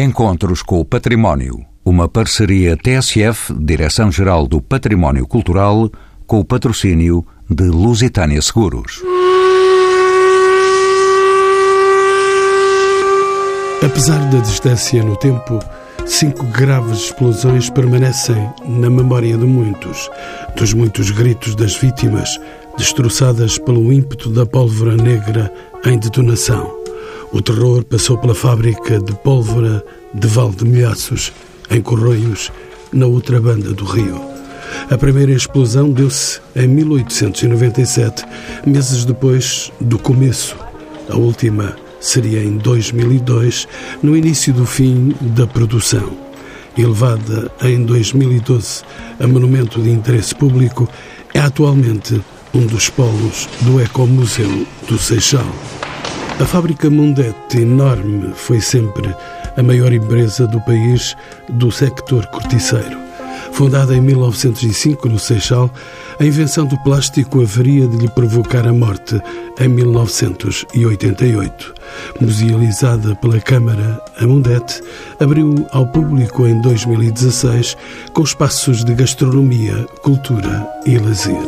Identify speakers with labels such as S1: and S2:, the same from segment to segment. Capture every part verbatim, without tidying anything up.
S1: Encontros com o Património, uma parceria T S F, Direção-Geral do Património Cultural, com o patrocínio de Lusitânia Seguros.
S2: Apesar da distância no tempo, cinco graves explosões permanecem na memória de muitos, dos muitos gritos das vítimas, destroçadas pelo ímpeto da pólvora negra em detonação. O terror passou pela fábrica de pólvora de Valdemilhaços, em Corroios, na outra banda do rio. A primeira explosão deu-se em mil oitocentos e noventa e sete, meses depois do começo. A última seria em dois mil e dois, no início do fim da produção. Elevada em dois mil e doze a monumento de interesse público, é atualmente um dos polos do Ecomuseu do Seixal. A fábrica Mundete, enorme, foi sempre a maior empresa do país do sector corticeiro. Fundada em mil novecentos e cinco no Seixal, a invenção do plástico haveria de lhe provocar a morte em mil novecentos e oitenta e oito. Musealizada pela Câmara, a Mundete abriu ao público em dois mil e dezasseis com espaços de gastronomia, cultura e lazer.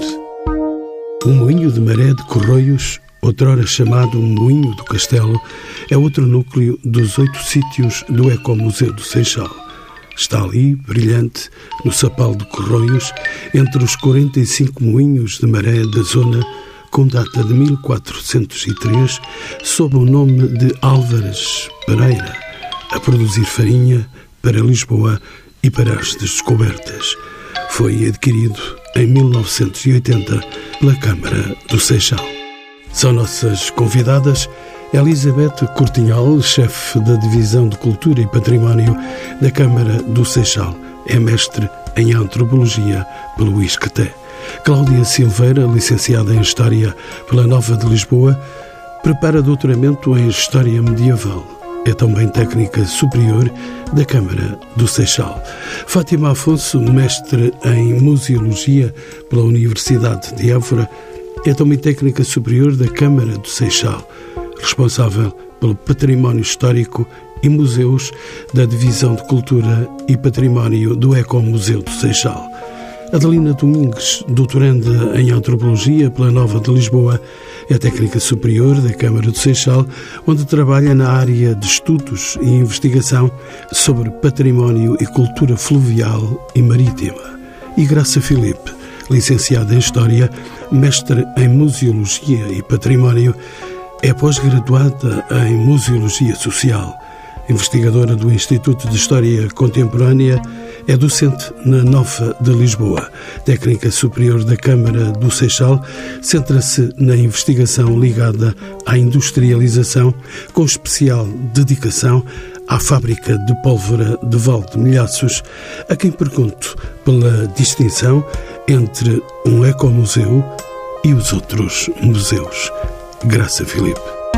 S2: O Moinho de Maré de Corroios, outrora chamado Moinho do Castelo, é outro núcleo dos oito sítios do Ecomuseu do Seixal. Está ali, brilhante, no Sapal de Corroios, entre os quarenta e cinco moinhos de maré da zona, com data de mil quatrocentos e três, sob o nome de Álvares Pereira, a produzir farinha para Lisboa e para as descobertas. Foi adquirido em mil novecentos e oitenta pela Câmara do Seixal. São nossas convidadas Elizabeth Cortinhal, chefe da Divisão de Cultura e Património da Câmara do Seixal. É mestre em Antropologia pelo ISCTE. Cláudia Silveira, licenciada em História pela Nova de Lisboa, prepara doutoramento em História Medieval. É também técnica superior da Câmara do Seixal. Fátima Afonso, mestre em Museologia pela Universidade de Évora, é também técnica superior da Câmara do Seixal, responsável pelo património histórico e museus da Divisão de Cultura e Património do Ecomuseu do Seixal. Adelina Domingues, doutoranda em Antropologia pela Nova de Lisboa, é técnica superior da Câmara do Seixal, onde trabalha na área de estudos e investigação sobre património e cultura fluvial e marítima. E Graça Filipe, licenciada em História, mestre em Museologia e Património, é pós-graduada em Museologia Social, investigadora do Instituto de História Contemporânea, é docente na Nova de Lisboa. Técnica superior da Câmara do Seixal, centra-se na investigação ligada à industrialização, com especial dedicação à fábrica de pólvora de Valdemilhaços, a quem pergunto pela distinção entre um ecomuseu e os outros museus. Graça Filipe.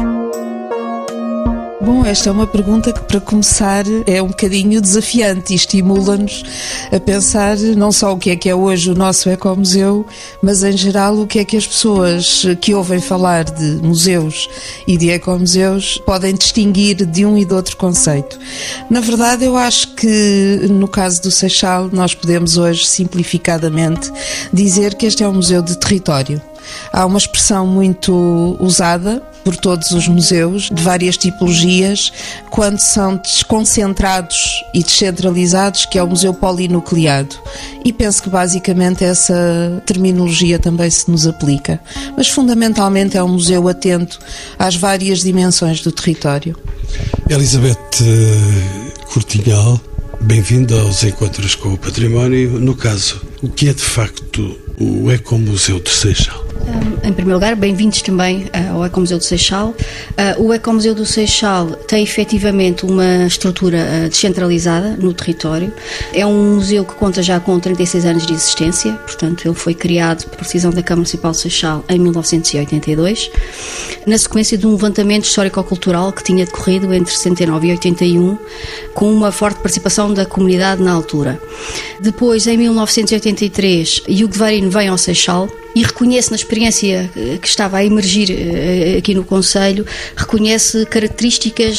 S3: Bom, esta é uma pergunta que, para começar, é um bocadinho desafiante e estimula-nos a pensar não só o que é que é hoje o nosso ecomuseu, mas, em geral, o que é que as pessoas que ouvem falar de museus e de ecomuseus podem distinguir de um e de outro conceito. Na verdade, eu acho que, no caso do Seixal, nós podemos hoje, simplificadamente, dizer que este é um museu de território. Há uma expressão muito usada por todos os museus, de várias tipologias, quando são desconcentrados e descentralizados, que é o museu polinucleado. E penso que basicamente essa terminologia também se nos aplica. Mas fundamentalmente é um museu atento às várias dimensões do território.
S2: Elizabeth Cortinhal, bem-vinda aos Encontros com o Património. No caso, o que é de facto o Ecomuseu do Seixal?
S4: Um, em primeiro lugar, bem-vindos também uh, ao Ecomuseu do Seixal. Uh, o Ecomuseu do Seixal tem efetivamente uma estrutura uh, descentralizada no território. É um museu que conta já com trinta e seis anos de existência, portanto ele foi criado por decisão da Câmara Municipal de Seixal em mil novecentos e oitenta e dois, na sequência de um levantamento histórico-cultural que tinha decorrido entre sessenta e nove e oitenta e um, com uma forte participação da comunidade na altura. Depois, em mil novecentos e oitenta e três, Hugo de Varino vem ao Seixal e reconhece na experiência que estava a emergir aqui no Concelho, reconhece características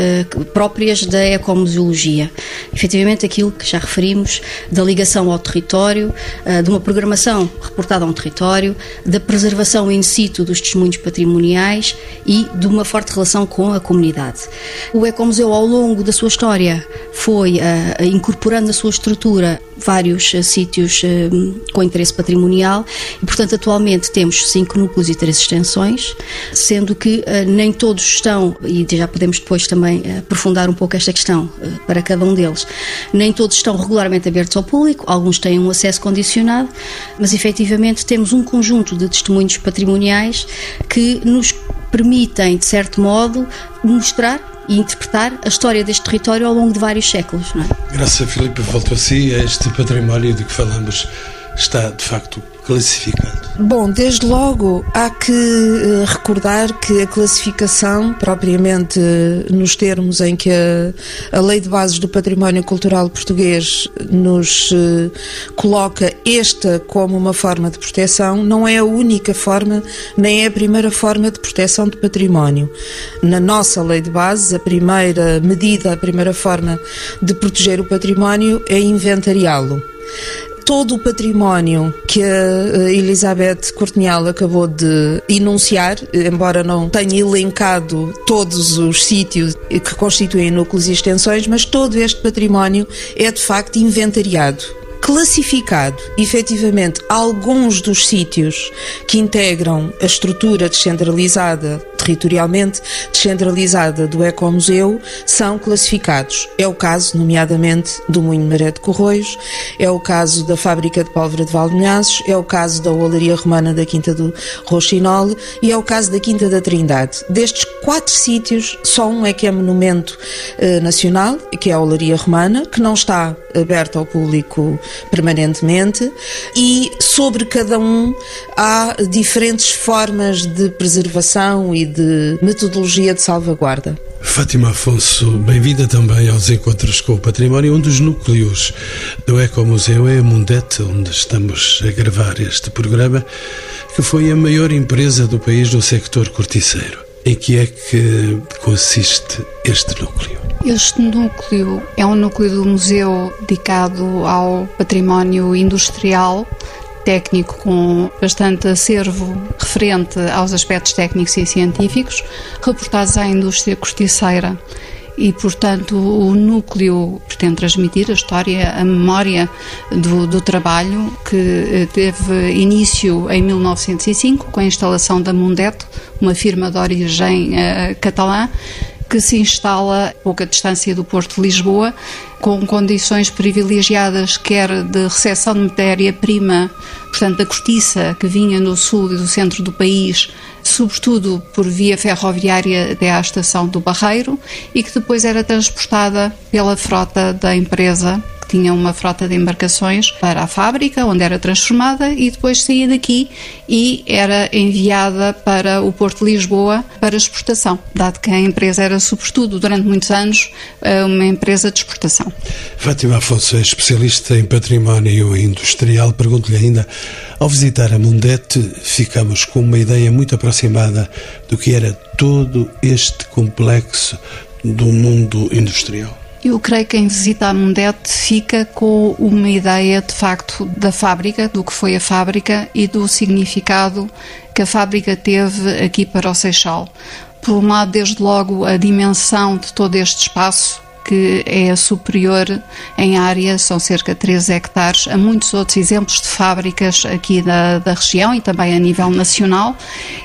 S4: próprias da ecomuseologia. Efetivamente aquilo que já referimos, da ligação ao território, de uma programação reportada a um território, da preservação in situ dos testemunhos patrimoniais e de uma forte relação com a comunidade. O Ecomuseu, ao longo da sua história, foi uh, incorporando na sua estrutura vários uh, sítios uh, com interesse patrimonial e, portanto, atualmente temos cinco núcleos e três extensões, sendo que uh, nem todos estão, e já podemos depois também uh, aprofundar um pouco esta questão uh, para cada um deles, nem todos estão regularmente abertos ao público, alguns têm um acesso condicionado, mas efetivamente temos um conjunto de testemunhos patrimoniais que nos permitem, de certo modo, mostrar e interpretar a história deste território ao longo de vários séculos, não é?
S2: Graças a Filipe, volto a si, este património de que falamos está, de facto, classificado.
S3: Bom, desde logo há que uh, recordar que a classificação, propriamente uh, nos termos em que a, a Lei de Bases do Património Cultural Português nos uh, coloca esta como uma forma de proteção, não é a única forma, nem é a primeira forma de proteção de património. Na nossa Lei de Bases, a primeira medida, a primeira forma de proteger o património é inventariá-lo. Todo o património que a Elizabeth Courtenial acabou de enunciar, embora não tenha elencado todos os sítios que constituem núcleos e extensões, mas todo este património é de facto inventariado. Classificado, efetivamente, alguns dos sítios que integram a estrutura descentralizada, territorialmente descentralizada do Ecomuseu, são classificados. É o caso, nomeadamente, do Moinho Maré de Corroios, é o caso da Fábrica de Pólvora de Valdenhases, é o caso da Olaria Romana da Quinta do Rouxinol e é o caso da Quinta da Trindade. Destes quatro sítios, só um é que é monumento eh, nacional, que é a Olaria Romana, que não está aberto ao público permanentemente, e sobre cada um há diferentes formas de preservação e de metodologia de salvaguarda.
S2: Fátima Afonso, bem-vinda também aos Encontros com o Património. Um dos núcleos do Ecomuseu é a Mundete, onde estamos a gravar este programa, que foi a maior empresa do país no sector corticeiro. Em que é que consiste este núcleo?
S5: Este núcleo é um núcleo do museu dedicado ao património industrial, técnico, com bastante acervo referente aos aspectos técnicos e científicos, reportados à indústria corticeira. E, portanto, o núcleo pretende transmitir a história, a memória do, do trabalho que teve início em mil novecentos e cinco, com a instalação da Mundete, uma firma de origem uh, catalã, que se instala a pouca distância do Porto de Lisboa, com condições privilegiadas, quer de recepção de matéria-prima, portanto da cortiça que vinha do sul e do centro do país, sobretudo por via ferroviária até à estação do Barreiro, e que depois era transportada pela frota da empresa, que tinha uma frota de embarcações, para a fábrica, onde era transformada e depois saía daqui e era enviada para o Porto de Lisboa para exportação, dado que a empresa era, sobretudo, durante muitos anos, uma empresa de exportação.
S2: Fátima Afonso é especialista em património industrial. Pergunto-lhe ainda, ao visitar a Mundete, ficamos com uma ideia muito aproximada do que era todo este complexo do mundo industrial.
S5: Eu creio que quem visita a Mundete fica com uma ideia, de facto, da fábrica, do que foi a fábrica e do significado que a fábrica teve aqui para o Seixal. Por um lado, desde logo, a dimensão de todo este espaço, que é superior em área, são cerca de três hectares, a muitos outros exemplos de fábricas aqui da, da região e também a nível nacional.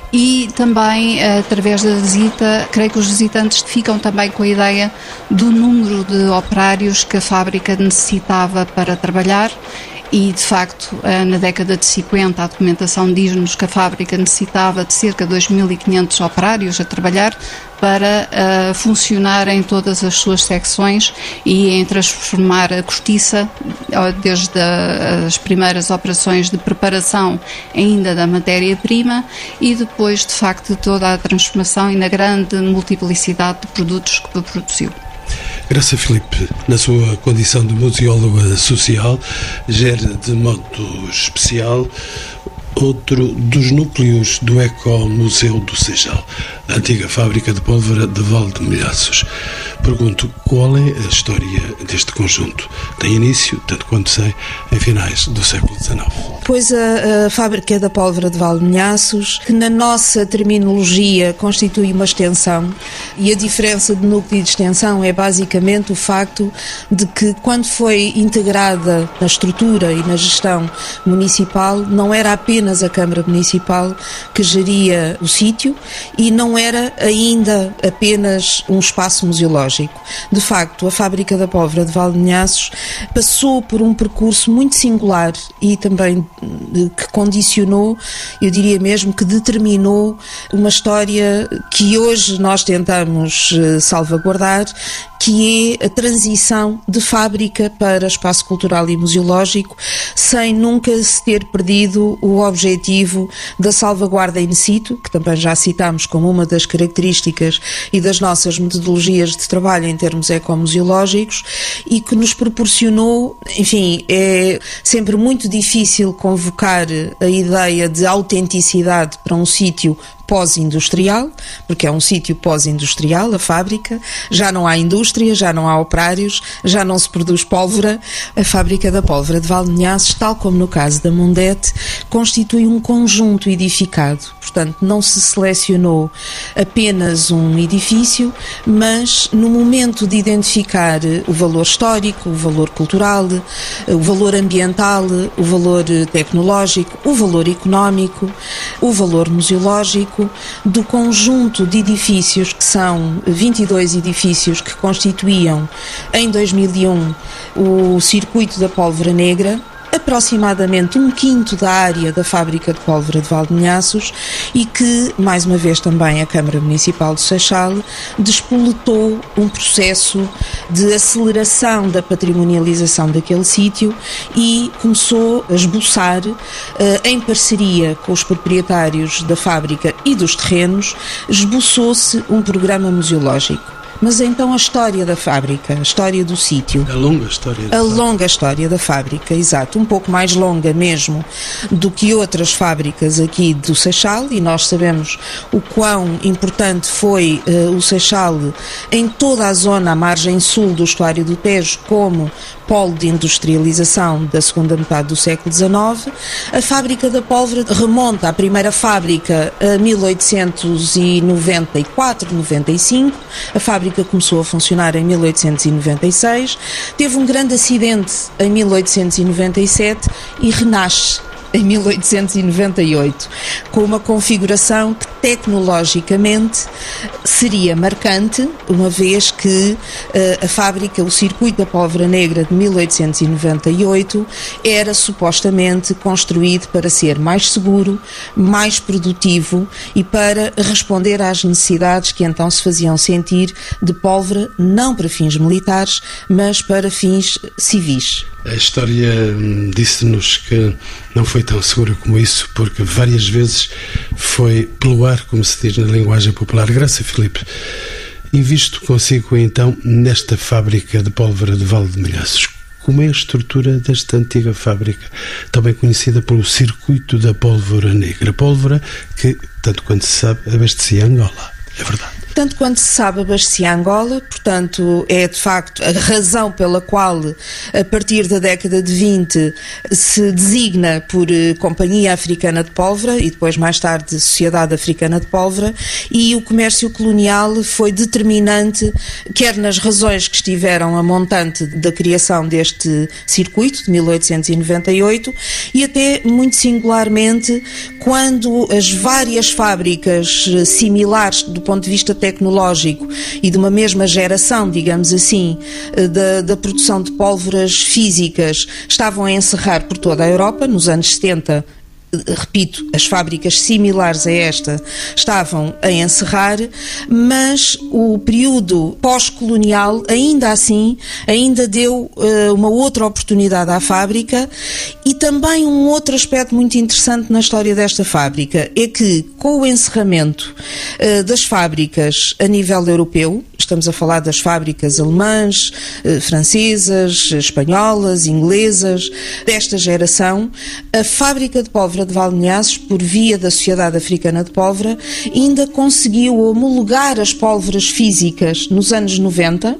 S5: E também, através da visita, creio que os visitantes ficam também com a ideia do número de operários que a fábrica necessitava para trabalhar. E, de facto, na década de cinquenta, a documentação diz-nos que a fábrica necessitava de cerca de dois mil e quinhentos operários a trabalhar para uh, funcionar em todas as suas secções e em transformar a cortiça, desde a, as primeiras operações de preparação ainda da matéria-prima e depois, de facto, de toda a transformação e na grande multiplicidade de produtos que produziu.
S2: Graça Filipe, na sua condição de museóloga social, gera de modo especial outro dos núcleos do Ecomuseu do Seixal, a antiga fábrica de pólvora de Valdemelhaços. Pergunto, qual é a história deste conjunto? Tem início, tanto quanto sei, em finais do século dezenove.
S3: Pois a, a fábrica da pólvora de Valdemelhaços, que na nossa terminologia constitui uma extensão, e a diferença de núcleo e de extensão é basicamente o facto de que, quando foi integrada na estrutura e na gestão municipal, não era apenas a Câmara Municipal que geria o sítio e não era ainda apenas um espaço museológico. De facto, a fábrica da pólvora de Valdemelhaços passou por um percurso muito singular e também que condicionou, eu diria mesmo que determinou uma história que hoje nós tentamos salvaguardar, que é a transição de fábrica para espaço cultural e museológico, sem nunca se ter perdido o objetivo da salvaguarda in situ, que também já citámos como uma das características e das nossas metodologias de trabalho em termos ecomuseológicos, e que nos proporcionou, enfim, é sempre muito difícil convocar a ideia de autenticidade para um sítio pós-industrial, porque é um sítio pós-industrial, a fábrica, já não há indústria, já não há operários, já não se produz pólvora. A fábrica da pólvora de Valdemelhaços, tal como no caso da Mundete, constitui um conjunto edificado, portanto não se selecionou apenas um edifício, mas no momento de identificar o valor histórico, o valor cultural, o valor ambiental, o valor tecnológico, o valor económico, o valor museológico, do conjunto de edifícios, que são vinte e dois edifícios que constituíam em dois mil e um o circuito da pólvora negra, aproximadamente um quinto da área da fábrica de pólvora de Valdemelhaços, e que, mais uma vez também a Câmara Municipal do Seixal, despoletou um processo de aceleração da patrimonialização daquele sítio e começou a esboçar, em parceria com os proprietários da fábrica e dos terrenos, esboçou-se um programa museológico. Mas então a história da fábrica, a história do sítio.
S2: A longa história da
S3: A
S2: fábrica.
S3: longa história da fábrica, exato. Um pouco mais longa mesmo do que outras fábricas aqui do Seixal, e nós sabemos o quão importante foi uh, o Seixal em toda a zona, a margem sul do estuário do Tejo, como polo de industrialização da segunda metade do século dezenove. A fábrica da pólvora remonta à primeira fábrica a mil oitocentos e noventa e quatro, noventa e cinco. A fábrica começou a funcionar em mil oitocentos e noventa e seis, teve um grande acidente em mil oitocentos e noventa e sete e renasce em mil oitocentos e noventa e oito, com uma configuração que tecnologicamente seria marcante, uma vez que uh, a fábrica, o circuito da pólvora negra de mil oitocentos e noventa e oito, era supostamente construído para ser mais seguro, mais produtivo e para responder às necessidades que então se faziam sentir de pólvora, não para fins militares, mas para fins civis.
S2: A história disse-nos que não foi tão segura como isso, porque várias vezes foi pelo ar, como se diz na linguagem popular. Graça Filipe, invisto consigo então nesta fábrica de pólvora de Valdemelhaços. Como é a estrutura desta antiga fábrica, também conhecida pelo circuito da pólvora negra? Pólvora que, tanto quanto se sabe, abastecia Angola. É verdade.
S3: Tanto quanto se sabe, abastecia Angola, portanto, é de facto a razão pela qual, a partir da década de vinte, se designa por Companhia Africana de Pólvora e depois, mais tarde, Sociedade Africana de Pólvora, e o comércio colonial foi determinante, quer nas razões que estiveram a montante da criação deste circuito, de mil oitocentos e noventa e oito, e até, muito singularmente, quando as várias fábricas similares do ponto de vista tecnológico e de uma mesma geração, digamos assim, da, da produção de pólvoras físicas estavam a encerrar por toda a Europa, nos anos setenta repito, as fábricas similares a esta estavam a encerrar, mas o período pós-colonial, ainda assim, ainda deu uh, uma outra oportunidade à fábrica. E também um outro aspecto muito interessante na história desta fábrica é que, com o encerramento uh, das fábricas a nível europeu, estamos a falar das fábricas alemãs, uh, francesas, espanholas, inglesas, desta geração, a fábrica de pólvora de Valdinhazes, por via da Sociedade Africana de Pólvora, ainda conseguiu homologar as pólvoras físicas nos anos noventa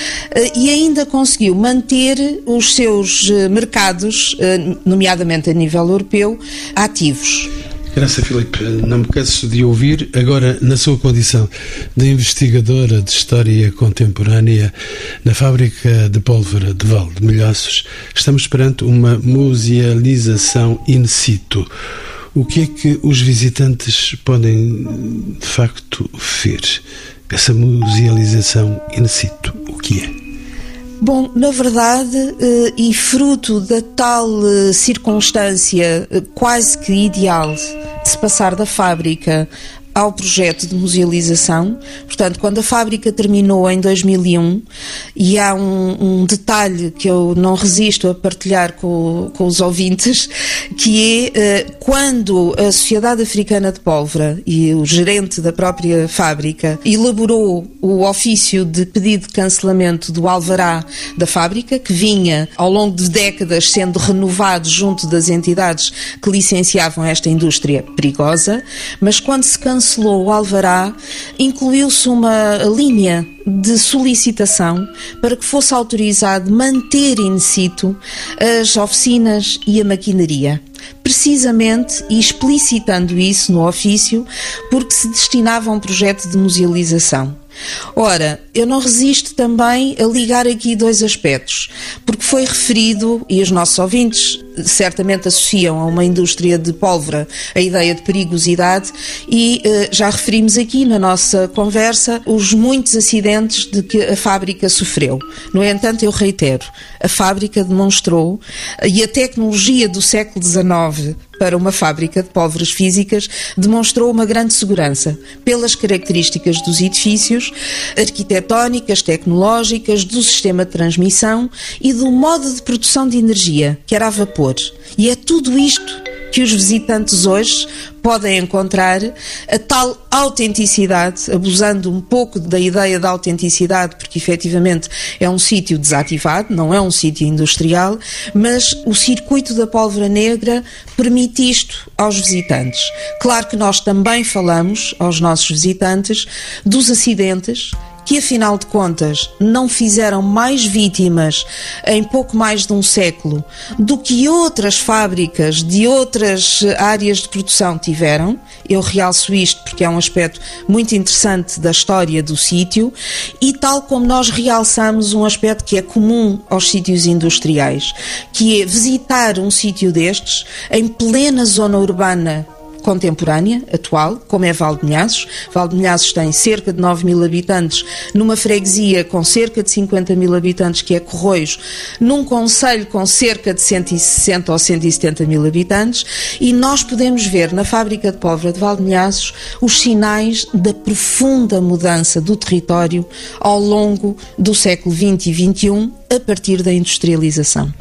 S3: e ainda conseguiu manter os seus mercados, nomeadamente a nível europeu, ativos.
S2: Graça Filipe, não me canso de ouvir, agora na sua condição de investigadora de História Contemporânea na fábrica de pólvora de Val de Milhoços, estamos perante uma musealização in situ. O que é que os visitantes podem, de facto, ver? Essa musealização in situ, o que é?
S3: Bom, na verdade, e fruto da tal circunstância quase que ideal de se passar da fábrica ao projeto de musealização, portanto, quando a fábrica terminou em dois mil e um, e há um, um detalhe que eu não resisto a partilhar com, com os ouvintes, que é uh, quando a Sociedade Africana de Pólvora e o gerente da própria fábrica elaborou o ofício de pedido de cancelamento do alvará da fábrica, que vinha ao longo de décadas sendo renovado junto das entidades que licenciavam esta indústria perigosa, mas quando se cancelou cancelou o alvará, incluiu-se uma linha de solicitação para que fosse autorizado manter in situ as oficinas e a maquinaria. Precisamente e explicitando isso no ofício, porque se destinava a um projeto de musealização. Ora, eu não resisto também a ligar aqui dois aspectos, porque foi referido, e os nossos ouvintes certamente associam a uma indústria de pólvora a ideia de perigosidade, e eh, já referimos aqui na nossa conversa os muitos acidentes de que a fábrica sofreu. No entanto, eu reitero, a fábrica demonstrou, e a tecnologia do século dezenove para uma fábrica de pólvoras físicas demonstrou uma grande segurança pelas características dos edifícios, arquitetónicas, tecnológicas, do sistema de transmissão e do modo de produção de energia, que era a vapor. E é tudo isto que os visitantes hoje podem encontrar, a tal autenticidade, abusando um pouco da ideia da autenticidade, porque efetivamente é um sítio desativado, não é um sítio industrial, mas o circuito da pólvora negra permite isto aos visitantes. Claro que nós também falamos aos nossos visitantes dos acidentes, que afinal de contas não fizeram mais vítimas em pouco mais de um século do que outras fábricas de outras áreas de produção tiveram. Eu realço isto porque é um aspecto muito interessante da história do sítio, e tal como nós realçamos um aspecto que é comum aos sítios industriais, que é visitar um sítio destes em plena zona urbana contemporânea, atual, como é Valdinhazes. Valdinhazes tem cerca de nove mil habitantes, numa freguesia com cerca de cinquenta mil habitantes, que é Corroios, num concelho com cerca de cento e sessenta ou cento e setenta mil habitantes, e nós podemos ver na fábrica de pólvora de Valdinhazes os sinais da profunda mudança do território ao longo do século vinte e vinte e um, a partir da industrialização.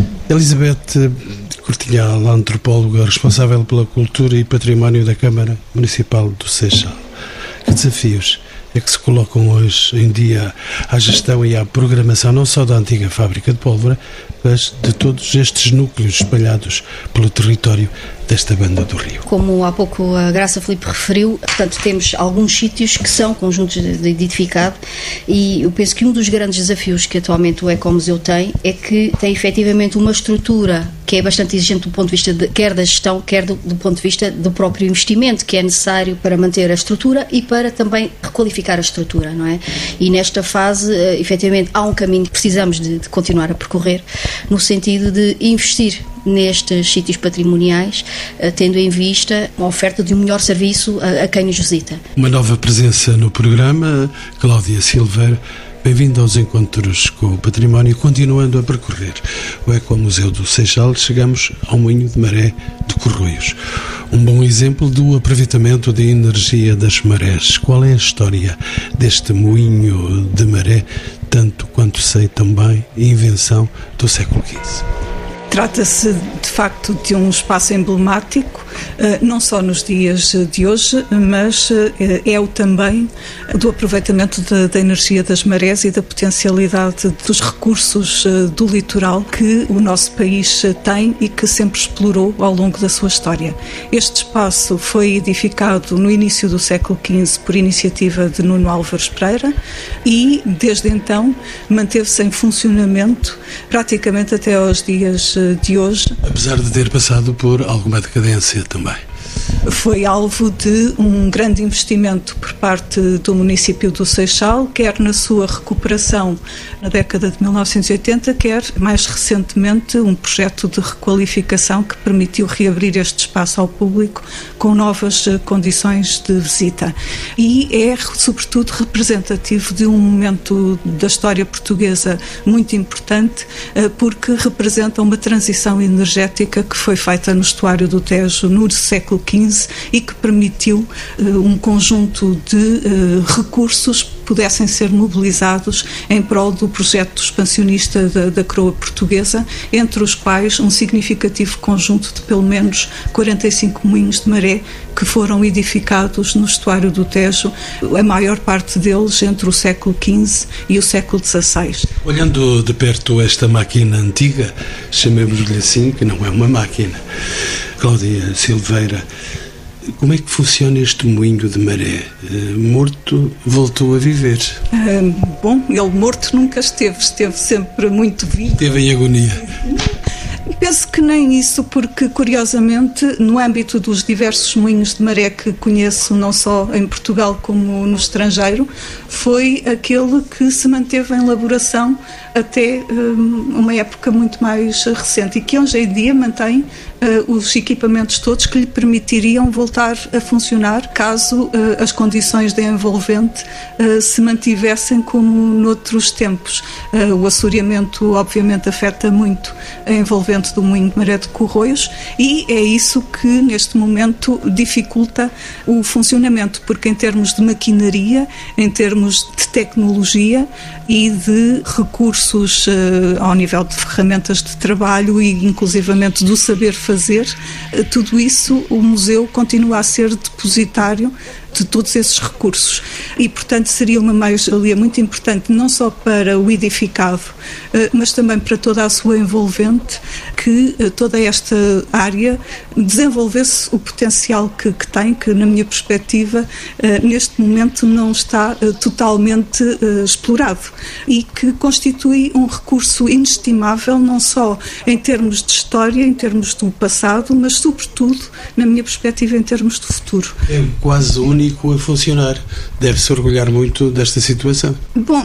S2: Elizabeth Cortinhal, antropóloga responsável pela cultura e património da Câmara Municipal do Seixal. Que desafios é que se colocam hoje em dia à gestão e à programação não só da antiga fábrica de pólvora, mas de todos estes núcleos espalhados pelo território desta banda do Rio?
S4: Como há pouco a Graça Filipe referiu, portanto, temos alguns sítios que são conjuntos de edificado, e eu penso que um dos grandes desafios que atualmente o Ecomuseu tem é que tem efetivamente uma estrutura que é bastante exigente do ponto de vista de, quer da gestão, quer do, do ponto de vista do próprio investimento que é necessário para manter a estrutura e para também requalificar a estrutura, não é? E nesta fase, efetivamente, há um caminho que precisamos de, de continuar a percorrer, no sentido de investir nestes sítios patrimoniais, tendo em vista a oferta de um melhor serviço a, a quem nos visita.
S2: Uma nova presença no programa, Cláudia Silveira. Bem-vindo aos Encontros com o Património. Continuando a percorrer o Ecomuseu do Seixal, chegamos ao Moinho de Maré de Corroios. Um bom exemplo do aproveitamento da energia das marés. Qual é a história deste moinho de maré, tanto quanto sei também, invenção do século quinze?
S6: Trata-se, de facto, de um espaço emblemático, não só nos dias de hoje, mas é o também do aproveitamento da, da energia das marés e da potencialidade dos recursos do litoral que o nosso país tem e que sempre explorou ao longo da sua história. Este espaço foi edificado no início do século quinze por iniciativa de Nuno Álvares Pereira e, desde então, manteve-se em funcionamento praticamente até aos dias de hoje.
S2: Apesar de ter passado por alguma decadência também.
S6: Foi alvo de um grande investimento por parte do município do Seixal, quer na sua recuperação na década de mil novecentos e oitenta, quer mais recentemente um projeto de requalificação que permitiu reabrir este espaço ao público com novas condições de visita. E é, sobretudo, representativo de um momento da história portuguesa muito importante, porque representa uma transição energética que foi feita no estuário do Tejo no século quinze e que permitiu uh, um conjunto de uh, recursos que pudessem ser mobilizados em prol do projeto expansionista da, da coroa portuguesa, entre os quais um significativo conjunto de pelo menos quarenta e cinco moinhos de maré que foram edificados no estuário do Tejo, a maior parte deles entre o século quinze e o século dezasseis.
S2: Olhando de perto esta máquina antiga, chamemos-lhe assim, que não é uma máquina, Cláudia Silveira, como é que funciona este moinho de maré? Morto, voltou a viver?
S6: Ah, bom, ele morto nunca esteve, esteve sempre muito vivo.
S2: Esteve em agonia.
S6: Penso que nem isso, porque, curiosamente, no âmbito dos diversos moinhos de maré que conheço, não só em Portugal como no estrangeiro, foi aquele que se manteve em elaboração até um, uma época muito mais recente e que hoje em dia mantém uh, os equipamentos todos que lhe permitiriam voltar a funcionar caso uh, as condições de envolvente uh, se mantivessem como noutros tempos. Uh, o assoreamento, obviamente, afeta muito a envolvente do moinho de maré de Corroios e é isso que, neste momento, dificulta o funcionamento, porque em termos de maquinaria, em termos de tecnologia e de recursos uh, ao nível de ferramentas de trabalho e inclusivamente do saber fazer, uh, tudo isso o museu continua a ser depositário de todos esses recursos e, portanto, seria uma mais-valia muito importante não só para o edificado, mas também para toda a sua envolvente, que toda esta área desenvolvesse o potencial que, que tem, que na minha perspectiva neste momento não está totalmente explorado e que constitui um recurso inestimável não só em termos de história, em termos do passado, mas sobretudo, na minha perspectiva, em termos do futuro.
S2: É quase único a funcionar. Deve-se orgulhar muito desta situação.
S6: Bom,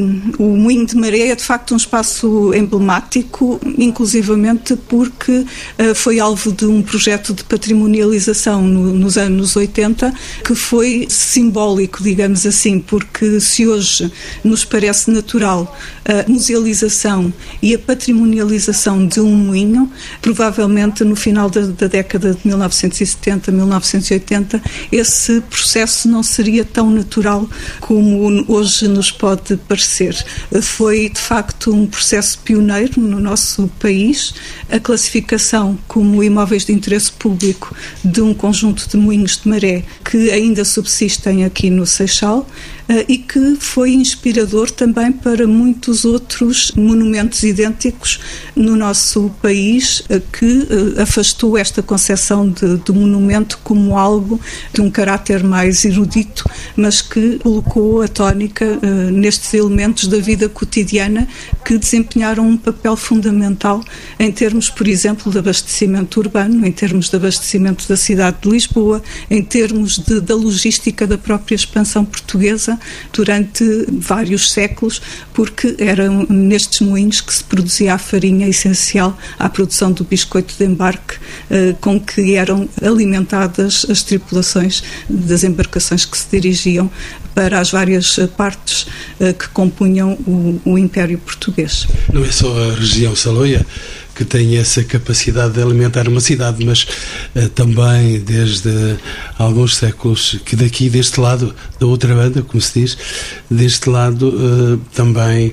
S6: o Moinho de Maré é de facto um espaço emblemático, inclusivamente porque uh, foi alvo de um projeto de patrimonialização no, nos anos oitenta, que foi simbólico, digamos assim, porque se hoje nos parece natural a musealização e a patrimonialização de um moinho, provavelmente no final da, da década de mil novecentos e setenta, mil novecentos e oitenta, esse processo não seria tão natural como hoje nos pode parecer. Foi, de facto, um processo pioneiro no nosso país, a classificação como imóveis de interesse público de um conjunto de moinhos de maré que ainda subsistem aqui no Seixal e que foi inspirador também para muitos outros monumentos idênticos no nosso país, que afastou esta concepção de, de monumento como algo de um caráter mais erudito, mas que colocou a tónica uh, nestes elementos da vida cotidiana que desempenharam um papel fundamental em termos, por exemplo, de abastecimento urbano, em termos de abastecimento da cidade de Lisboa, em termos de, da logística da própria expansão portuguesa portuguesa durante vários séculos, porque eram nestes moinhos que se produzia a farinha essencial à produção do biscoito de embarque, com que eram alimentadas as tripulações das embarcações que se dirigiam para as várias partes que compunham o, o Império Português.
S2: Não é só a região Saloia que tem essa capacidade de alimentar uma cidade, mas uh, também desde alguns séculos, que daqui deste lado, da outra banda, como se diz, deste lado uh, também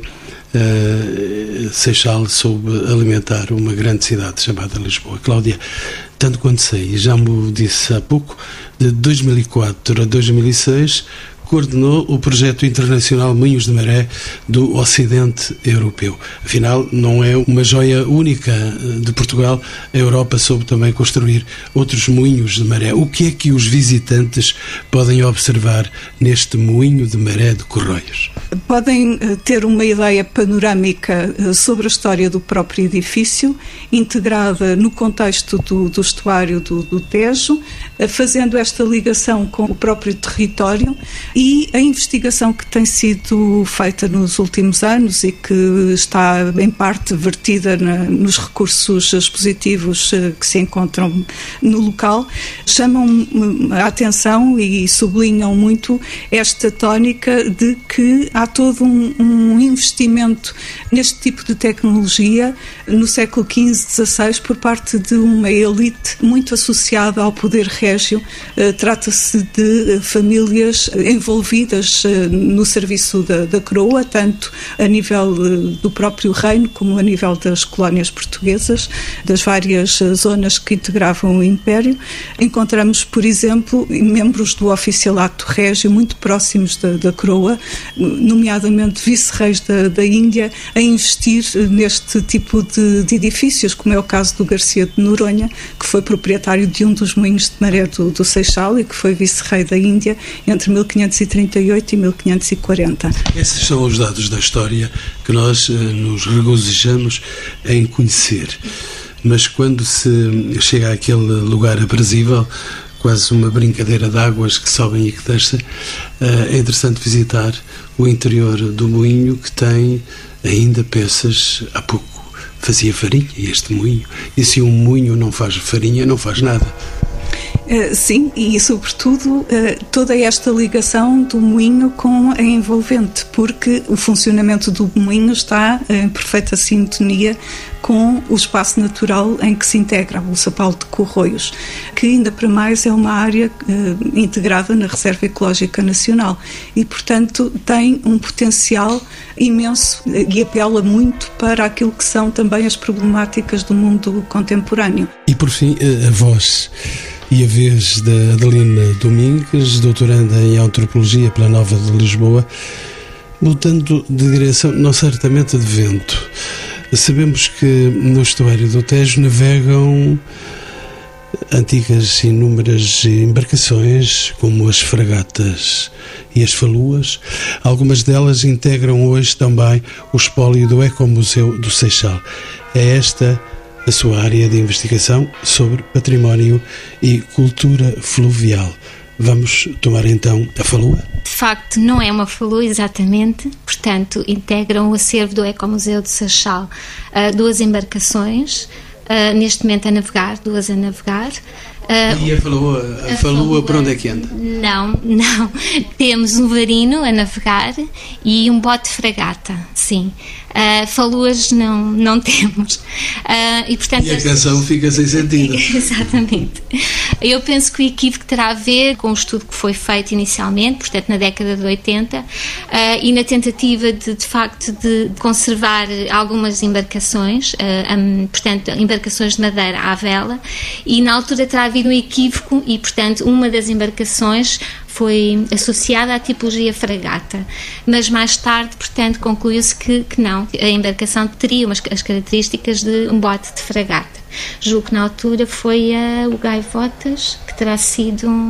S2: uh, Seixal soube alimentar uma grande cidade chamada Lisboa. Cláudia, tanto quanto sei, já me disse há pouco, de dois mil e quatro a dois mil e seis coordenou o projeto internacional Moinhos de Maré do Ocidente Europeu. Afinal, não é uma joia única de Portugal. A Europa soube também construir outros moinhos de maré. O que é que os visitantes podem observar neste moinho de maré de Corroios?
S6: Podem ter uma ideia panorâmica sobre a história do próprio edifício, integrada no contexto do, do estuário do, do Tejo, fazendo esta ligação com o próprio território e a investigação que tem sido feita nos últimos anos e que está em parte vertida na, nos recursos expositivos que se encontram no local, chamam a atenção e sublinham muito esta tónica de que há todo um, um investimento neste tipo de tecnologia no século quinze, dezasseis por parte de uma elite muito associada ao poder régio. Trata-se de famílias envolvidas no serviço da, da coroa, tanto a nível do próprio reino como a nível das colónias portuguesas, das várias zonas que integravam o Império. Encontramos, por exemplo, membros do oficialato régio muito próximos da, da coroa, nomeadamente vice-reis da, da Índia, a investir neste tipo de, de edifícios, como é o caso do Garcia de Noronha, que foi proprietário de um dos moinhos de maré do, do Seixal e que foi vice-rei da Índia entre mil quinhentos e trinta e oito e mil quinhentos e quarenta.
S2: Esses são os dados da história que nós eh, nos regozijamos em conhecer. Mas quando se chega àquele lugar aprazível, quase uma brincadeira de águas que sobem e que descem, é interessante visitar o interior do moinho, que tem ainda peças. Há pouco fazia farinha este moinho, e se um moinho não faz farinha, não faz nada.
S6: Uh, sim, e sobretudo uh, toda esta ligação do moinho com a envolvente, porque o funcionamento do moinho está em perfeita sintonia com o espaço natural em que se integra, o Sapal de Corroios, que ainda para mais é uma área uh, integrada na Reserva Ecológica Nacional e, portanto, tem um potencial imenso e apela muito para aquilo que são também as problemáticas do mundo contemporâneo.
S2: E, por fim, a voz e a vez da Adelina Domingues, doutoranda em Antropologia pela Nova de Lisboa, mudando de direção, não certamente de vento. Sabemos que no estuário do Tejo navegam antigas e inúmeras embarcações, como as fragatas e as faluas. Algumas delas integram hoje também o espólio do Ecomuseu do Seixal. É esta a sua área de investigação sobre património e cultura fluvial. Vamos tomar então a falua?
S7: De facto, não é uma falua exatamente, portanto, integram o acervo do Ecomuseu de Seixal uh, duas embarcações, uh, neste momento a navegar, duas a navegar. Uh,
S2: e a falua, a, a falua, falua para onde é que anda?
S7: Não, não. Temos um varino a navegar e um bote de fragata, sim. Uh, faluas não, não temos. Uh, e, portanto,
S2: e a canção fica sem sentido.
S7: Exatamente. Eu penso que o equívoco terá a ver com o estudo que foi feito inicialmente, portanto na década de oitenta, uh, e na tentativa de, de facto de, de conservar algumas embarcações, uh, um, portanto embarcações de madeira à vela, e na altura terá havido um equívoco e, portanto, uma das embarcações foi associada à tipologia fragata, mas mais tarde, portanto, concluiu-se que, que não, a embarcação teria umas, as características de um bote de fragata. Julgo que na altura foi uh, o Gaivotas, que terá sido,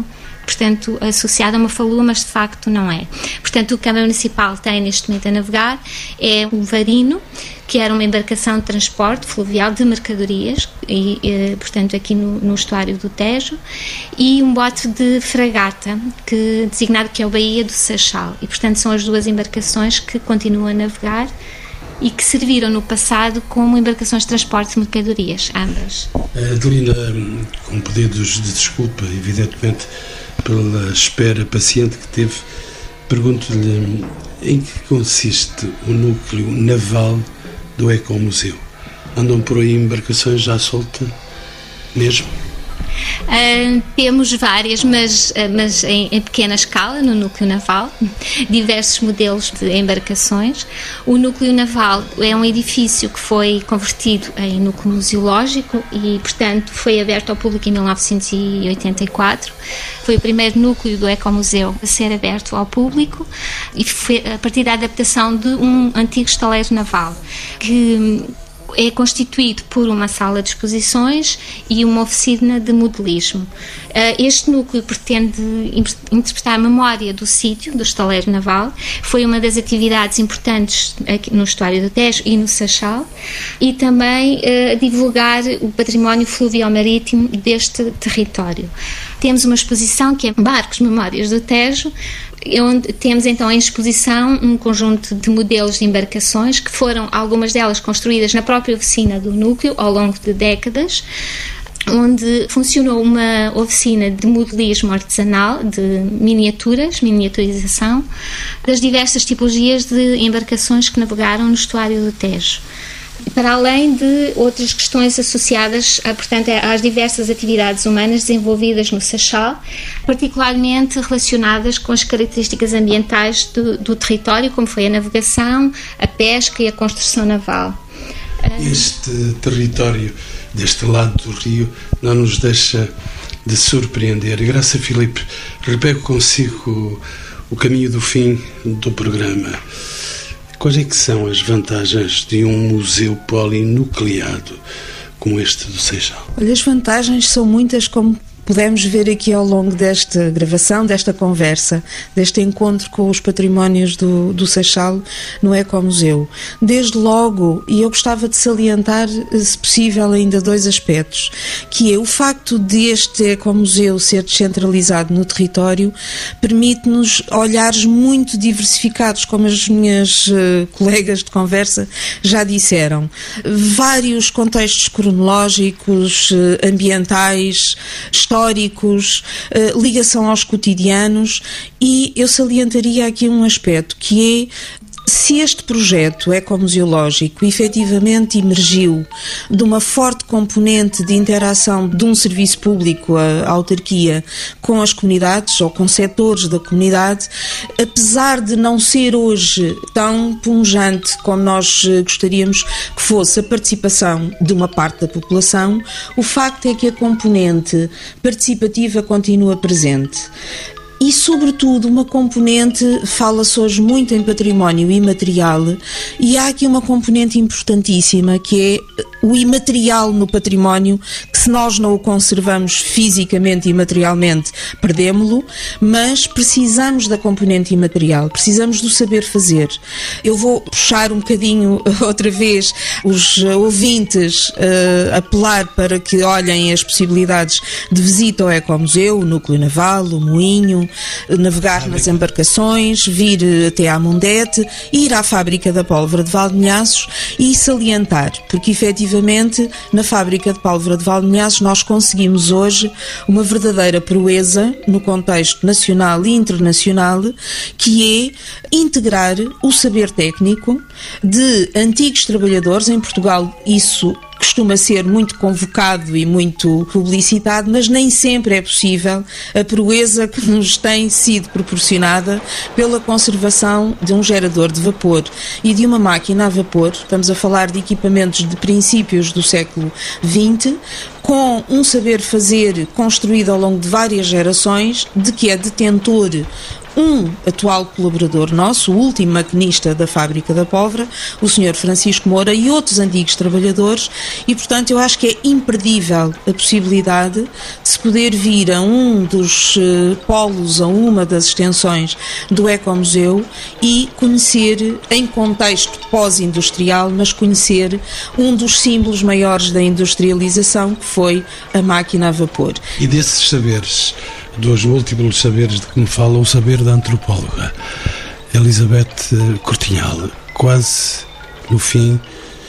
S7: portanto, associado a uma falua, mas de facto não é. Portanto, o que a Câmara Municipal tem neste momento a navegar é o Varino, que era uma embarcação de transporte fluvial de mercadorias, e, e portanto, aqui no, no estuário do Tejo, e um bote de fragata, que, designado que é o Baía do Seixal. E, portanto, são as duas embarcações que continuam a navegar e que serviram no passado como embarcações de transporte de mercadorias, ambas.
S2: Adelina, com pedidos de desculpa, evidentemente, pela espera paciente que teve, pergunto-lhe em que consiste o núcleo naval do Ecomuseu. Andam por aí embarcações já soltas mesmo?
S7: Uh, temos várias, mas, uh, mas em, em pequena escala, no núcleo naval, diversos modelos de embarcações. O núcleo naval é um edifício que foi convertido em núcleo museológico e, portanto, foi aberto ao público em mil novecentos e oitenta e quatro. Foi o primeiro núcleo do Ecomuseu a ser aberto ao público e foi a partir da adaptação de um antigo estaleiro naval, que é constituído por uma sala de exposições e uma oficina de modelismo. Este núcleo pretende interpretar a memória do sítio, do estaleiro naval. Foi uma das atividades importantes aqui no estuário do Tejo e no Seixal, e também uh, divulgar o património fluvial marítimo deste território. Temos uma exposição que é Barcos Memórias do Tejo, onde temos então em exposição um conjunto de modelos de embarcações que foram, algumas delas, construídas na própria oficina do núcleo ao longo de décadas, onde funcionou uma oficina de modelismo artesanal, de miniaturas, miniaturização, das diversas tipologias de embarcações que navegaram no estuário do Tejo, para além de outras questões associadas a, portanto, às diversas atividades humanas desenvolvidas no Seixal, particularmente relacionadas com as características ambientais do, do território, como foi a navegação, a pesca e a construção naval.
S2: Este território deste lado do rio não nos deixa de surpreender. Graça Filipe, repego consigo o caminho do fim do programa. Quais é que são as vantagens de um museu polinucleado como este do Seixal?
S3: Olha, as vantagens são muitas, como pudemos ver aqui ao longo desta gravação, desta conversa, deste encontro com os patrimónios do, do Seixal no Ecomuseu. Desde logo, e eu gostava de salientar, se possível, ainda dois aspectos, que é o facto de este Ecomuseu ser descentralizado no território, permite-nos olhares muito diversificados, como as minhas uh, colegas de conversa já disseram. Vários contextos cronológicos, uh, ambientais, históricos, ligação aos cotidianos, e eu salientaria aqui um aspecto que é: se este projeto ecomuseológico efetivamente emergiu de uma forte componente de interação de um serviço público, a autarquia, com as comunidades ou com setores da comunidade, apesar de não ser hoje tão punjante como nós gostaríamos que fosse a participação de uma parte da população, o facto é que a componente participativa continua presente. E, sobretudo, uma componente, fala-se hoje muito em património imaterial, e há aqui uma componente importantíssima, que é o imaterial no património, que se nós não o conservamos fisicamente e materialmente, perdemos-lo, mas precisamos da componente imaterial, precisamos do saber fazer. Eu vou puxar um bocadinho, outra vez, os ouvintes, uh, apelar para que olhem as possibilidades de visita ao Ecomuseu, o Núcleo Naval, o Moinho, navegar nas embarcações, vir até à Mundete, ir à fábrica da pólvora de Valdinhaços e salientar, porque efetivamente na fábrica de pólvora de Valdinhaços nós conseguimos hoje uma verdadeira proeza no contexto nacional e internacional, que é integrar o saber técnico de antigos trabalhadores. Em Portugal isso costuma ser muito convocado e muito publicitado, mas nem sempre é possível a proeza que nos tem sido proporcionada pela conservação de um gerador de vapor e de uma máquina a vapor. Estamos a falar de equipamentos de princípios do século vinte, com um saber fazer construído ao longo de várias gerações, de que é detentor um atual colaborador nosso, o último maquinista da Fábrica da Pólvora, o senhor Francisco Moura, e outros antigos trabalhadores, e portanto eu acho que é imperdível a possibilidade de se poder vir a um dos uh, polos, a uma das extensões do Ecomuseu e conhecer, em contexto pós-industrial, mas conhecer um dos símbolos maiores da industrialização, que foi a máquina a vapor.
S2: E desses saberes, dos múltiplos saberes de que me fala, o saber da antropóloga Elizabeth Cortinhal, quase no fim,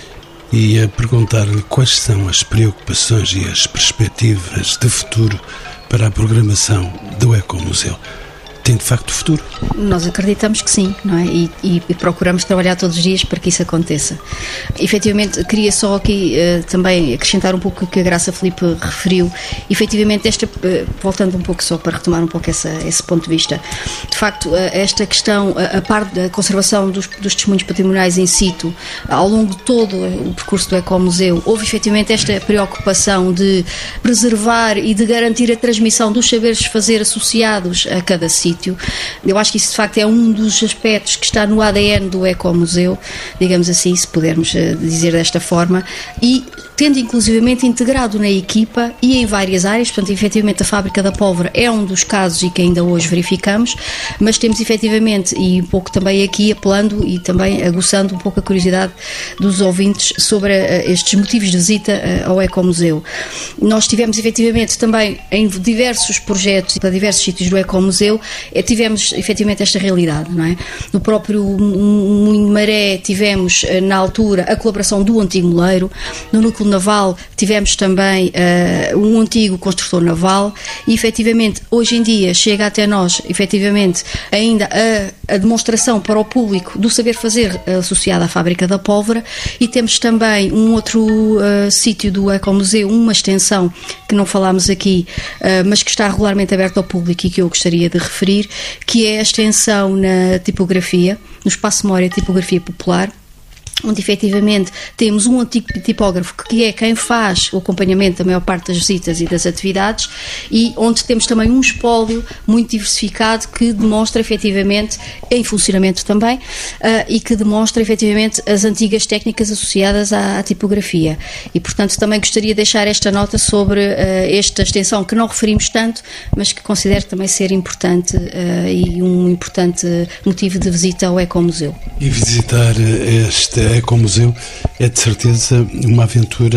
S2: ia perguntar-lhe quais são as preocupações e as perspectivas de futuro para a programação do Ecomuseu. Tem de facto futuro?
S4: Nós acreditamos que sim, não é? E, e, e procuramos trabalhar todos os dias para que isso aconteça. Efetivamente, queria só aqui uh, também acrescentar um pouco o que a Graça Filipe referiu. Efetivamente, esta, uh, voltando um pouco só para retomar um pouco essa, esse ponto de vista, de facto, uh, esta questão, uh, a parte da conservação dos, dos testemunhos patrimoniais in situ, uh, ao longo de todo o percurso do Ecomuseu, houve efetivamente esta preocupação de preservar e de garantir a transmissão dos saberes fazer associados a cada sítio. Eu acho que isso de facto é um dos aspectos que está no A D N do Ecomuseu, digamos assim, se pudermos dizer desta forma, e tendo inclusivamente integrado na equipa e em várias áreas. Portanto, efetivamente a Fábrica da Pólvora é um dos casos e que ainda hoje verificamos, mas temos efetivamente, e um pouco também aqui apelando e também aguçando um pouco a curiosidade dos ouvintes sobre uh, estes motivos de visita uh, ao Ecomuseu. Nós tivemos efetivamente também em diversos projetos para diversos sítios do Ecomuseu, uh, tivemos efetivamente esta realidade, não é? No próprio Moinho de Maré tivemos uh, na altura a colaboração do antigo moleiro, no núcleo naval tivemos também uh, um antigo construtor naval e efetivamente hoje em dia chega até nós efetivamente ainda a, a demonstração para o público do saber fazer associado à Fábrica da Pólvora, e temos também um outro uh, sítio do Ecomuseu, uma extensão que não falámos aqui, uh, mas que está regularmente aberta ao público e que eu gostaria de referir, que é a extensão na tipografia, no Espaço Memória Tipografia Popular, onde efetivamente temos um antigo tipógrafo que é quem faz o acompanhamento da maior parte das visitas e das atividades, e onde temos também um espólio muito diversificado que demonstra efetivamente, em funcionamento também, uh, e que demonstra efetivamente as antigas técnicas associadas à, à tipografia. E portanto também gostaria de deixar esta nota sobre uh, esta extensão que não referimos tanto, mas que considero também ser importante uh, e um importante motivo de visita ao Ecomuseu.
S2: E visitar este Ecomuseu é de certeza uma aventura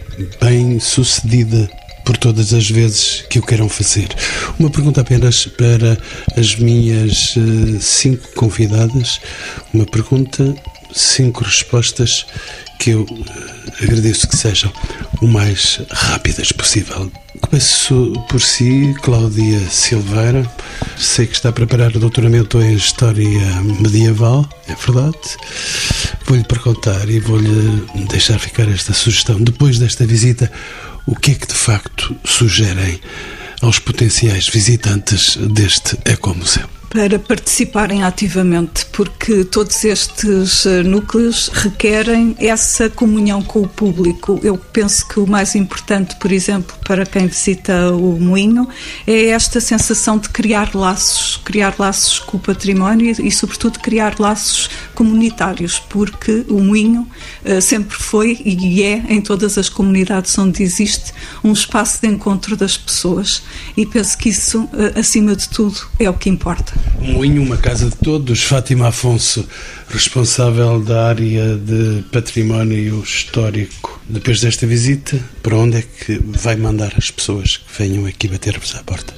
S2: bem sucedida por todas as vezes que o queiram fazer. Uma pergunta apenas para as minhas uh, cinco convidadas, uma pergunta, cinco respostas que eu uh, agradeço que sejam o mais rápidas possível. Começo por si, Cláudia Silveira. Sei que está a preparar o doutoramento em História Medieval, é verdade? Vou-lhe perguntar e vou-lhe deixar ficar esta sugestão. Depois desta visita, o que é que de facto sugerem aos potenciais visitantes deste Ecomuseu?
S6: Para participarem ativamente, porque todos estes núcleos requerem essa comunhão com o público. Eu penso que o mais importante, por exemplo, para quem visita o Moinho, é esta sensação de criar laços, criar laços com o património e, sobretudo, criar laços comunitários, porque o Moinho uh, sempre foi e é, em todas as comunidades onde existe, um espaço de encontro das pessoas, e penso que isso, uh, acima de tudo, é o que importa.
S2: O Moinho, uma casa de todos. Fátima Afonso, responsável da área de património histórico. Depois desta visita, para onde é que vai mandar as pessoas que venham aqui bater-vos à porta?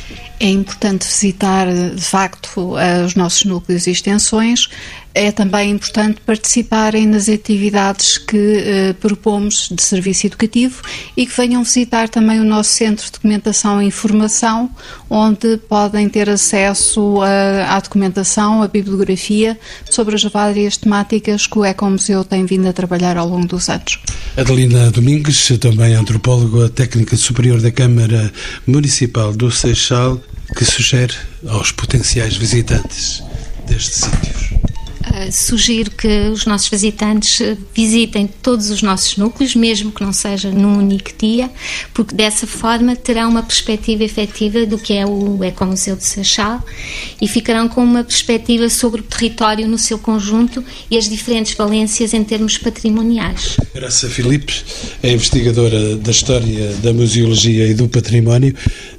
S5: É importante visitar, de facto, os nossos núcleos e extensões. É também importante participarem nas atividades que eh, propomos de serviço educativo e que venham visitar também o nosso Centro de Documentação e Informação, onde podem ter acesso a, à documentação, à bibliografia sobre as várias temáticas que o Ecomuseu tem vindo a trabalhar ao longo dos anos.
S2: Adelina Domingues, também antropóloga, técnica superior da Câmara Municipal do Seixal, que sugere aos potenciais visitantes destes sítios?
S7: Uh, sugiro que os nossos visitantes visitem todos os nossos núcleos, mesmo que não seja num único dia, porque dessa forma terão uma perspectiva efetiva do que é o Ecomuseu do Seixal e ficarão com uma perspectiva sobre o território no seu conjunto e as diferentes valências em termos patrimoniais.
S2: Graça Filipe é investigadora da História da Museologia e do Património.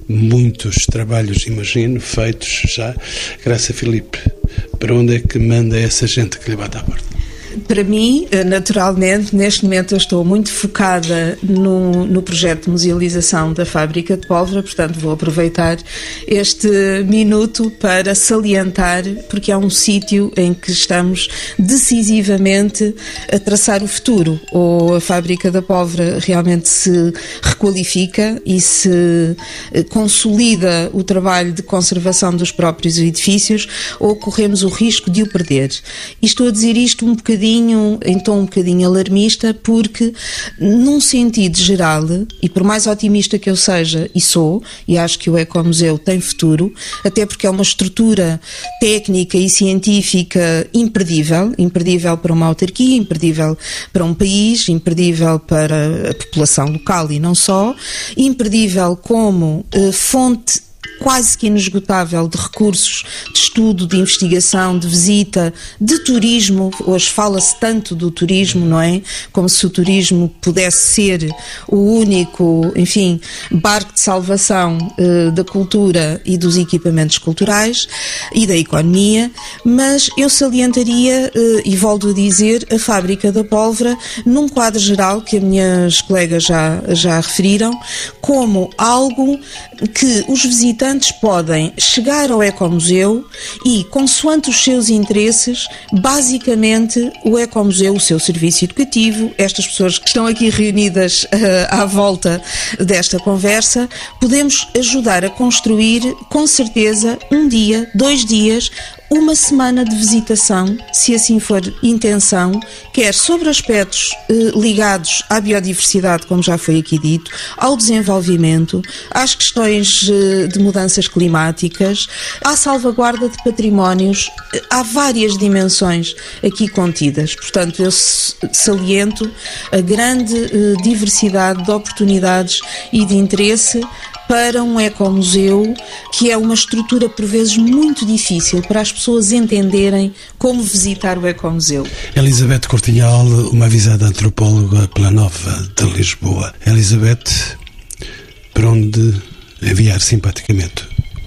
S2: Muitos trabalhos, imagino, feitos já. Graça Filipe, para onde é que manda essa gente que lhe bate à porta?
S3: Para mim, naturalmente, neste momento eu estou muito focada no, no projeto de musealização da Fábrica de Pólvora, portanto vou aproveitar este minuto para salientar, porque é um sítio em que estamos decisivamente a traçar o futuro, ou a Fábrica da Pólvora realmente se requalifica e se consolida o trabalho de conservação dos próprios edifícios, ou corremos o risco de o perder. E estou a dizer isto um bocadinho em tom um bocadinho alarmista, porque num sentido geral, e por mais otimista que eu seja, e sou, e acho que o Ecomuseu tem futuro, até porque é uma estrutura técnica e científica imperdível, imperdível para uma autarquia, imperdível para um país, imperdível para a população local e não só, imperdível como eh, fonte quase que inesgotável de recursos de estudo, de investigação, de visita, de turismo. Hoje fala-se tanto do turismo, não é? Como se o turismo pudesse ser o único, enfim, barco de salvação uh, da cultura e dos equipamentos culturais e da economia, mas eu salientaria, uh, e volto a dizer, a Fábrica da Pólvora, num quadro geral que as minhas colegas já, já referiram, como algo que os visitantes podem chegar ao Ecomuseu e, consoante os seus interesses, basicamente o Ecomuseu, o seu serviço educativo, estas pessoas que estão aqui reunidas uh, à volta desta conversa, podemos ajudar a construir, com certeza, um dia, dois dias, uma semana de visitação, se assim for intenção, quer sobre aspectos eh, ligados à biodiversidade, como já foi aqui dito, ao desenvolvimento, às questões eh, de mudanças climáticas, à salvaguarda de patrimónios. Eh, há várias dimensões aqui contidas. Portanto, eu saliento a grande eh, diversidade de oportunidades e de interesse para um ecomuseu, que é uma estrutura por vezes muito difícil para as pessoas entenderem como visitar o ecomuseu.
S2: Elizabeth Cortinhal, uma avisada antropóloga pela Nova de Lisboa. Elizabeth, para onde enviar simpaticamente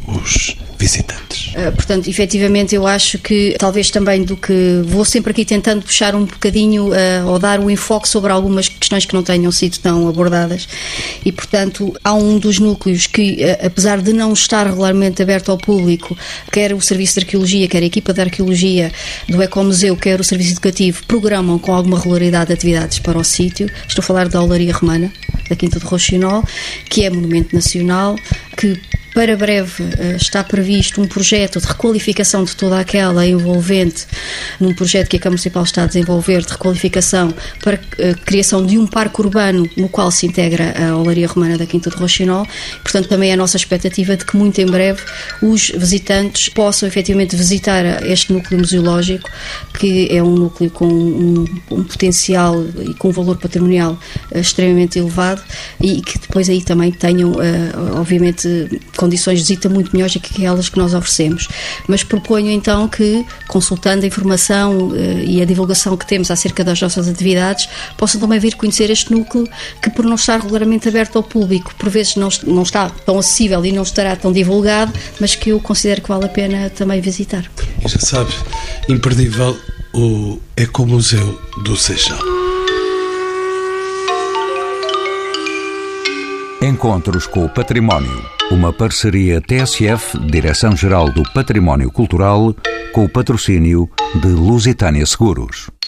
S2: os visitantes?
S4: Uh, portanto, efetivamente, eu acho que talvez também do que vou sempre aqui tentando puxar um bocadinho uh, ou dar um enfoque sobre algumas questões que não tenham sido tão abordadas e, portanto, há um dos núcleos que, uh, apesar de não estar regularmente aberto ao público, quer o Serviço de Arqueologia, quer a equipa de Arqueologia do Ecomuseu, quer o Serviço Educativo, programam com alguma regularidade atividades para o sítio. Estou a falar da Olaria Romana, da Quinta do Roxinol, que é monumento nacional, que para breve está previsto um projeto de requalificação de toda aquela envolvente num projeto que a Câmara Municipal está a desenvolver de requalificação para a criação de um parque urbano no qual se integra a Olaria Romana da Quinta de Roxinol. Portanto, também é a nossa expectativa de que muito em breve os visitantes possam efetivamente visitar este núcleo museológico, que é um núcleo com um, um potencial e com um valor patrimonial extremamente elevado e que depois aí também tenham, obviamente, condições de visita muito melhores do que aquelas que nós oferecemos. Mas proponho então que, consultando a informação uh, e a divulgação que temos acerca das nossas atividades, possam também vir conhecer este núcleo que, por não estar regularmente aberto ao público, por vezes não, não está tão acessível e não estará tão divulgado, mas que eu considero que vale a pena também visitar.
S2: E já sabe, imperdível o Ecomuseu do Seixal.
S1: Encontros com o Património. Uma parceria T S F, Direção-Geral do Património Cultural, com o patrocínio de Lusitânia Seguros.